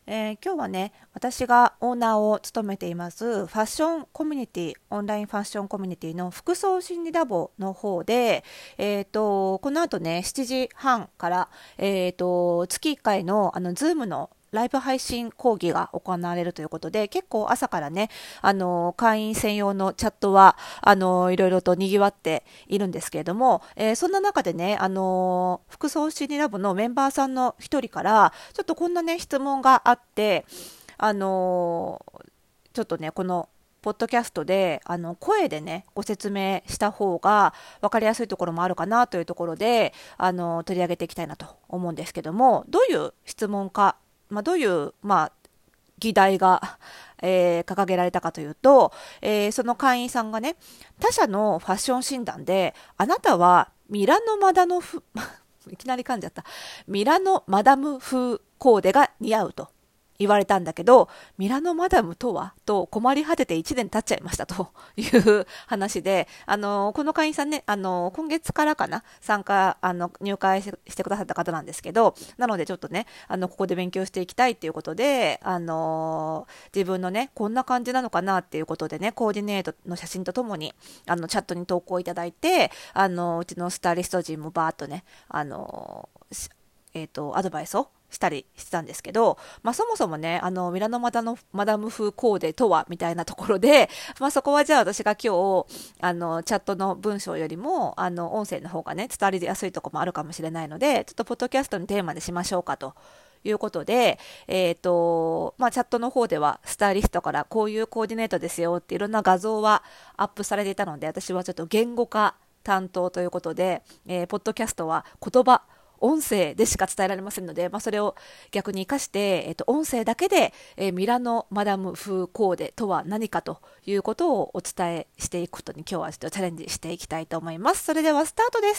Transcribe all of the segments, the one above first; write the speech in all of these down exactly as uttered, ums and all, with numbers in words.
えー今日はね、私がオーナーを務めていますファッションコミュニティ、オンラインファッションコミュニティの服装心理ラボの方で、えーと、この後ね、しちじはんから、えーと、月いっかいのあの、ズームのライブ配信講義が行われるということで、結構朝からね、あの、会員専用のチャットは、あの、いろいろと賑わっているんですけれども、えーそんな中でね、あの、服装心理ラボのメンバーさんの一人から、ちょっとこんなね、質問があって、あの、ちょっとね、この、ポッドキャストであの声でねご説明した方が分かりやすいところもあるかなというところであの取り上げていきたいなと思うんですけども、どういう質問か、まあ、どういう、まあ、議題が、えー掲げられたかというと、えーその会員さんがね、他社のファッション診断であなたはミラノマダム風いきなり噛んじゃったミラノマダム風コーデが似合うと言われたんだけど、ミラノマダムとはと困り果てていちねん経っちゃいましたという話で、あのこの会員さんね、あの今月からかな、参加、あの入会してくださった方なんですけど、なのでちょっとね、あのここで勉強していきたいっていうことで、あの自分のね、こんな感じなのかなっていうことでね、コーディネートの写真とともに、あのチャットに投稿いただいて、あのうちのスタイリスト陣もバーっとね、あのえーと、アドバイスをしたりしてたんですけど、まあ、そもそもね、あのミラノマダのマダム風コーデとはみたいなところで、まあ、そこはじゃあ私が今日あのチャットの文章よりもあの音声の方がね伝わりやすいところもあるかもしれないので、ちょっとポッドキャストにテーマにしましょうかということで、えーとまあ、チャットの方ではスタイリストからこういうコーディネートですよっていろんな画像はアップされていたので、私はちょっと言語化担当ということで、えーポッドキャストは言葉音声でしか伝えられませんので、まあ、それを逆に生かして、えっと、音声だけで、えーミラノマダム風コーデとは何かということをお伝えしていくことに今日はちょっとチャレンジしていきたいと思います。それではスタートです。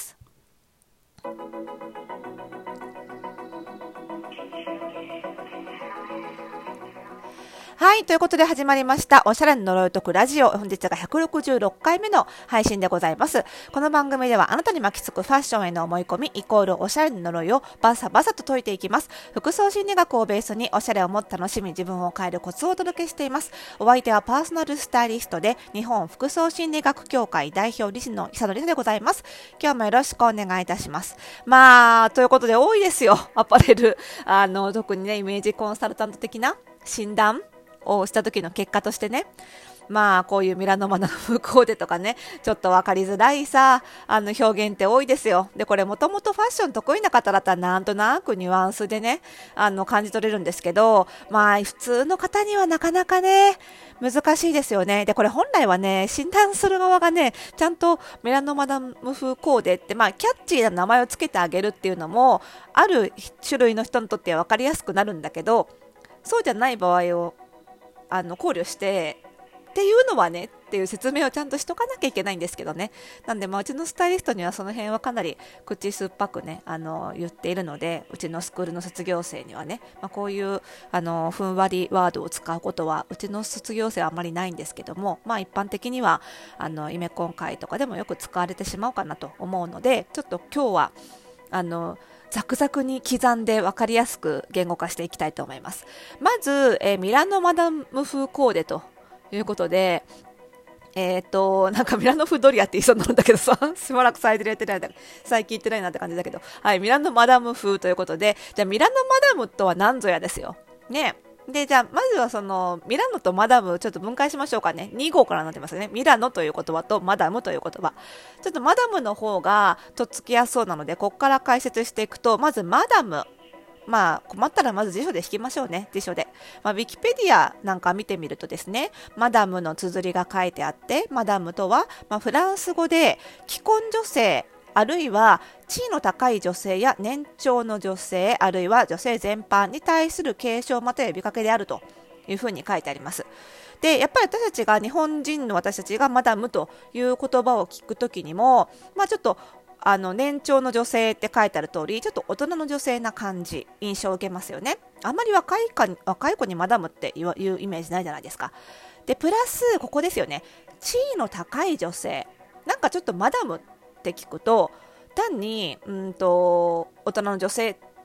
はい。ということで始まりました。おしゃれの呪いを解くラジオ。本日がひゃくろくじゅうろっかいめの配信でございます。この番組ではあなたに巻きつくファッションへの思い込み、イコールおしゃれの呪いをバサバサと解いていきます。服装心理学をベースにおしゃれをもっと楽しみ、自分を変えるコツをお届けしています。お相手はパーソナルスタイリストで、日本服装心理学協会代表理事の久野里奈でございます。今日もよろしくお願いいたします。まあ、ということで多いですよ。アパレル。あの、特にね、イメージコンサルタント的な診断をした時の結果としてね、まあこういうミラノマナの風コーデとかね、ちょっと分かりづらいさあの表現って多いですよ。でこれもともとファッション得意な方だったらなんとなくニュアンスでねあの感じ取れるんですけど、まあ普通の方にはなかなかね難しいですよね。でこれ本来はね診断する側がねちゃんとミラノマダム風コーデってまあキャッチーな名前をつけてあげるっていうのもある種類の人にとっては分かりやすくなるんだけど、そうじゃない場合をあの考慮してっていうのはねっていう説明をちゃんとしとかなきゃいけないんですけどね。なんで、まあ、うちのスタイリストにはその辺はかなり口酸っぱくねあの言っているので、うちのスクールの卒業生にはね、まあ、こういうあのふんわりワードを使うことはうちの卒業生はあまりないんですけども、まあ、一般的にはあのイメコン会とかでもよく使われてしまうかなと思うので、ちょっと今日はあのザクザクに刻んで分かりやすく言語化していきたいと思います。まず、えーミラノマダム風コーデということで、えっ、と、なんかミラノ風ドリアって言いそうになるんだけどさ、しばらく最近言ってないんだ最近言ってないなって感じだけど、はい、ミラノマダム風ということで、じゃあミラノマダムとは何ぞやですよ。ね。で、じゃあ、まずはその、ミラノとマダム、ちょっと分解しましょうかね。に号からなってますね。ミラノという言葉とマダムという言葉。ちょっとマダムの方が、とっつきやすそうなので、ここから解説していくと、まずマダム。まあ、困ったらまず辞書で引きましょうね。辞書で。まあ、ウィキペディアなんか見てみるとですね、マダムの綴りが書いてあって、マダムとは、まあ、フランス語で既婚女性、あるいは地位の高い女性や年長の女性、あるいは女性全般に対する継承または呼びかけであるというふうに書いてあります。で、やっぱり私たちが日本人の私たちがマダムという言葉を聞くときにも、まあちょっとあの年長の女性って書いてある通り、ちょっと大人の女性な感じ、印象を受けますよね。あんまり若いか若い子にマダムっていうイメージないじゃないですか。で、プラスここですよね。地位の高い女性。なんかちょっとマダムって聞くと単にうんと大人の女性っ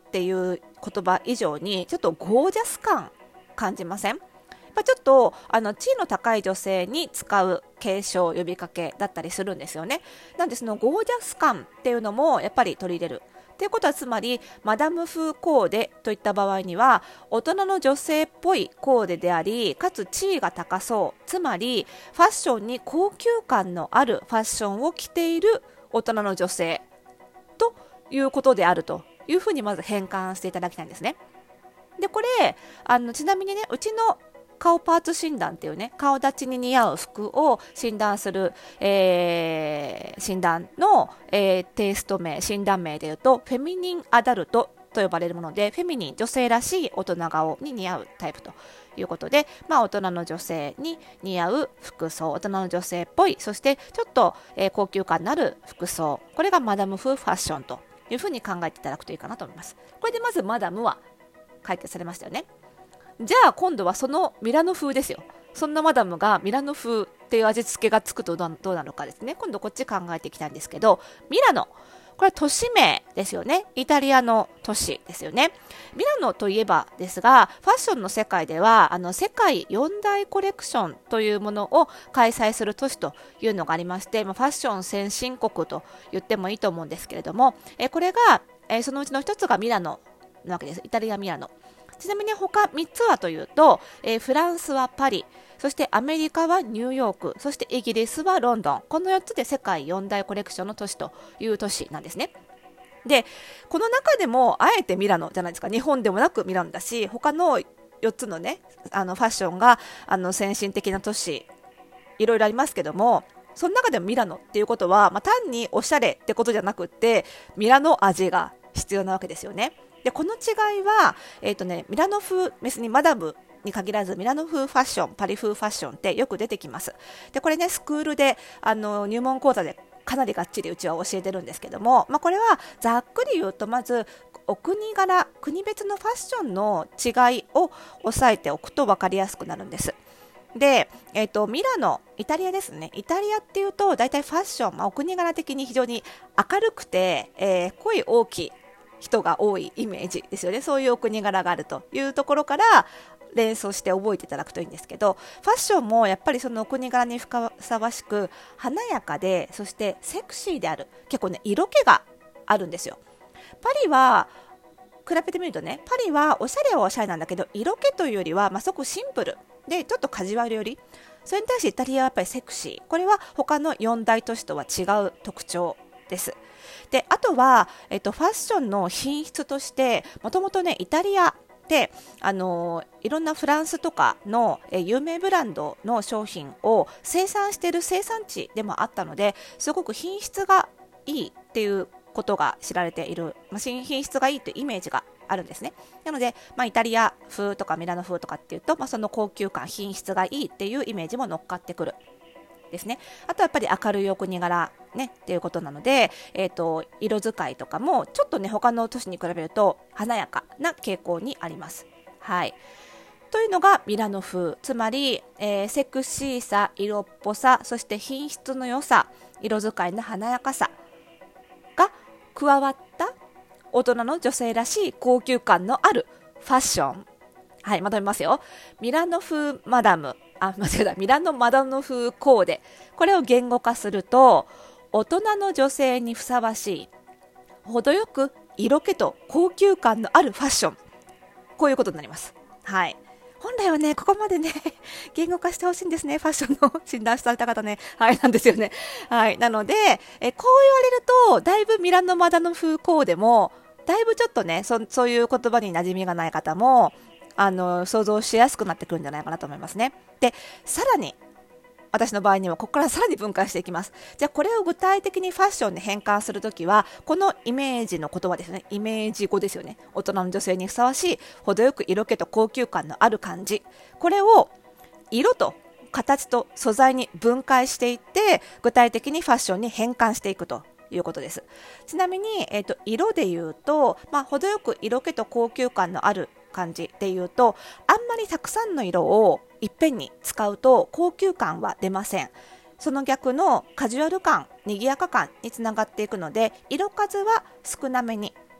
っていう言葉以上にちょっとゴージャス感感じません？まあ、ちょっとあの地位の高い女性に使う継承呼びかけだったりするんですよね。なんでそのゴージャス感っていうのもやっぱり取り入れるということは、つまりマダム風コーデといった場合には大人の女性っぽいコーデであり、かつ地位が高そう、つまりファッションに高級感のあるファッションを着ている大人の女性ということであるというふうにまず変換していただきたいんですね。でこれあのちなみにね、うちの顔パーツ診断っていうね、顔立ちに似合う服を診断する、えー、診断の、えー、テイスト名、診断名でいうとフェミニンアダルトと呼ばれるもので、フェミニン、女性らしい大人顔に似合うタイプということで、まあ、大人の女性に似合う服装、大人の女性っぽい、そしてちょっと、えー、高級感のある服装、これがマダム風ファッションというふうに考えていただくといいかなと思います。これでまずマダムは解決されましたよね。じゃあ今度はそのミラノ風ですよ。そんなマダムがミラノ風っていう味付けがつくとどうなのかですね。今度こっち考えていきたいんですけど、ミラノ、これは都市名ですよね。イタリアの都市ですよね。ミラノといえばですが、ファッションの世界ではあの世界四大コレクションというものを開催する都市というのがありまして、ファッション先進国と言ってもいいと思うんですけれども、えこれが、えそのうちの一つがミラノなわけです。イタリアミラノ。ちなみに他みっつはというと、えー、フランスはパリ、そしてアメリカはニューヨーク、そしてイギリスはロンドン、このよっつで世界四大コレクションの都市という都市なんですね。でこの中でもあえてミラノじゃないですか。日本でもなくミラノだし、他のよっつのね、あのファッションがあの先進的な都市いろいろありますけども、その中でもミラノっていうことは、まあ、単におしゃれってことじゃなくって、ミラノ味が必要なわけですよね。でこの違いは、えーとね、ミラノ風、別にマダムに限らずミラノ風ファッション、パリ風ファッションってよく出てきます。でこれね、スクールであの入門講座でかなりがっちりうちは教えてるんですけども、まあ、これはざっくり言うと、まずお国柄、国別のファッションの違いを押さえておくと分かりやすくなるんです。で、えーと、ミラノ、イタリアですね。イタリアっていうと大体ファッション、まあ、お国柄的に非常に明るくて、えー、声大きい人が多いイメージですよね。そういうお国柄があるというところから連想して覚えていただくといいんですけど、ファッションもやっぱりそのお国柄にふさわしく華やかで、そしてセクシーである。結構ね、色気があるんですよ。パリは比べてみるとね、パリはおしゃれはおしゃれなんだけど、色気というよりは、まあ、すごくシンプルでちょっとカジュアルより、それに対してイタリアはやっぱりセクシー、これは他のよん大都市とは違う特徴です。であとは、えっと、ファッションの品質として、もともとね、イタリアであのいろんなフランスとかのえ有名ブランドの商品を生産している生産地でもあったので、すごく品質がいいっていうことが知られている、まあ、品質がいいというイメージがあるんですね。なので、まあ、イタリア風とかミラノ風とかっていうと、まあ、その高級感、品質がいいっていうイメージも乗っかってくるですね。あとはやっぱり明るいお国柄、ね、っていうことなので、えーと、色使いとかもちょっとね、他の都市に比べると華やかな傾向にあります。はい。というのがミラノ風、つまり、えー、セクシーさ、色っぽさ、そして品質の良さ、色使いの華やかさが加わった大人の女性らしい高級感のあるファッション。はい、まとめますよ。ミラノ風マダム、あ、間違えた、ミラノマダム風コーデ。これを言語化すると、大人の女性にふさわしい、程よく色気と高級感のあるファッション。こういうことになります。はい。本来はね、ここまでね、言語化してほしいんですね。ファッションの診断された方ね。はい、なんですよね。はい。なので、えこう言われると、だいぶミラノマダム風コーデも、だいぶちょっとね、そ、そういう言葉に馴染みがない方も、あの想像しやすくなってくるんじゃないかなと思いますね。で、さらに私の場合にはここからさらに分解していきます。じゃあこれを具体的にファッションで変換するときは、このイメージの言葉ですね。イメージ語ですよね。大人の女性にふさわしい、程よく色気と高級感のある感じ。これを色と形と素材に分解していって、具体的にファッションに変換していくということです。ちなみに、えーと、色で言うと、まあ、程よく色気と高級感のある感じで言うと、あんまりたくさんの色をいっぺんに使うと高級感は出ません。その逆のカジュアル感、賑やか感につながっていくので、色数は少なめに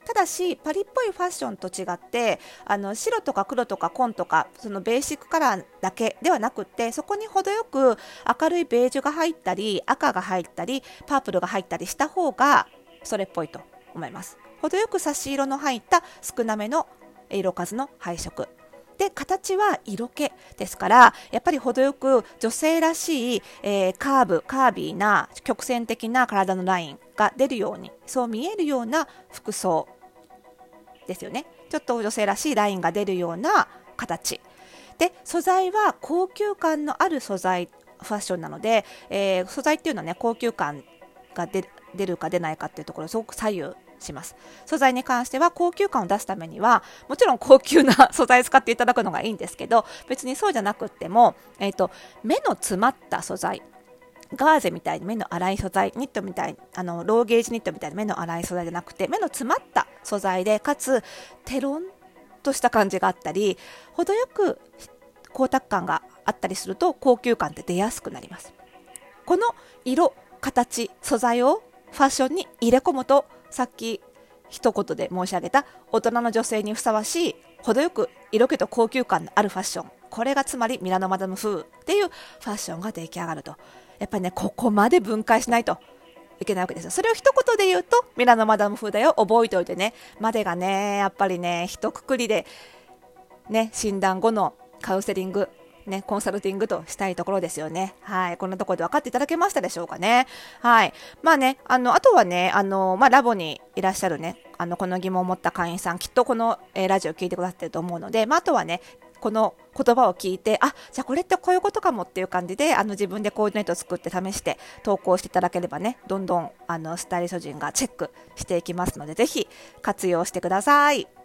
ただしパリっぽいファッションと違って、あの白とか黒とか紺とかそのベーシックカラーだけではなくって、そこに程よく明るいベージュが入ったり赤が入ったりパープルが入ったりした方がそれっぽいと思います。程よく差し色の入った少なめの色数の配色で、形は色気ですから、やっぱり程よく女性らしい、えー、カーブカービーな曲線的な体のラインが出るように、そう見えるような服装ですよね。ちょっと女性らしいラインが出るような形で、素材は高級感のある素材ファッションなので、えー、素材っていうのはね、高級感が出出るか出ないかっていうところをすごく左右します。素材に関しては高級感を出すためにはもちろん高級な素材を使っていただくのがいいんですけど、別にそうじゃなくっても、えーと、目の詰まった素材、ガーゼみたいに目の粗い素材、ニットみたいあのローゲージニットみたいな目の粗い素材じゃなくて、目の詰まった素材でかつテロンとした感じがあったり、程よく光沢感があったりすると高級感って出やすくなります。この色、形、素材をファッションに入れ込むと、さっき一言で申し上げた大人の女性にふさわしい程よく色気と高級感のあるファッション、これがつまりミラノマダム風っていうファッションが出来上がると。やっぱりね、ここまで分解しないといけないわけですよ。それを一言で言うとミラノマダム風だよ、覚えておいてね。までがね、やっぱりね、一括りでね、診断後のカウンセリングね、コンサルティングとしたいところですよね。はい。こんなところで分かっていただけましたでしょうかね。はい。まあね、あの、あとはね、あの、まあ、ラボにいらっしゃるね、あの、この疑問を持った会員さん、きっとこの、えー、ラジオを聞いてくださってると思うので、まあ、あとはね、この言葉を聞いて、あ、じゃあこれってこういうことかもっていう感じで、あの、自分でコーディネートを作って試して投稿していただければね、どんどん、あの、スタイリスト陣がチェックしていきますので、ぜひ活用してください。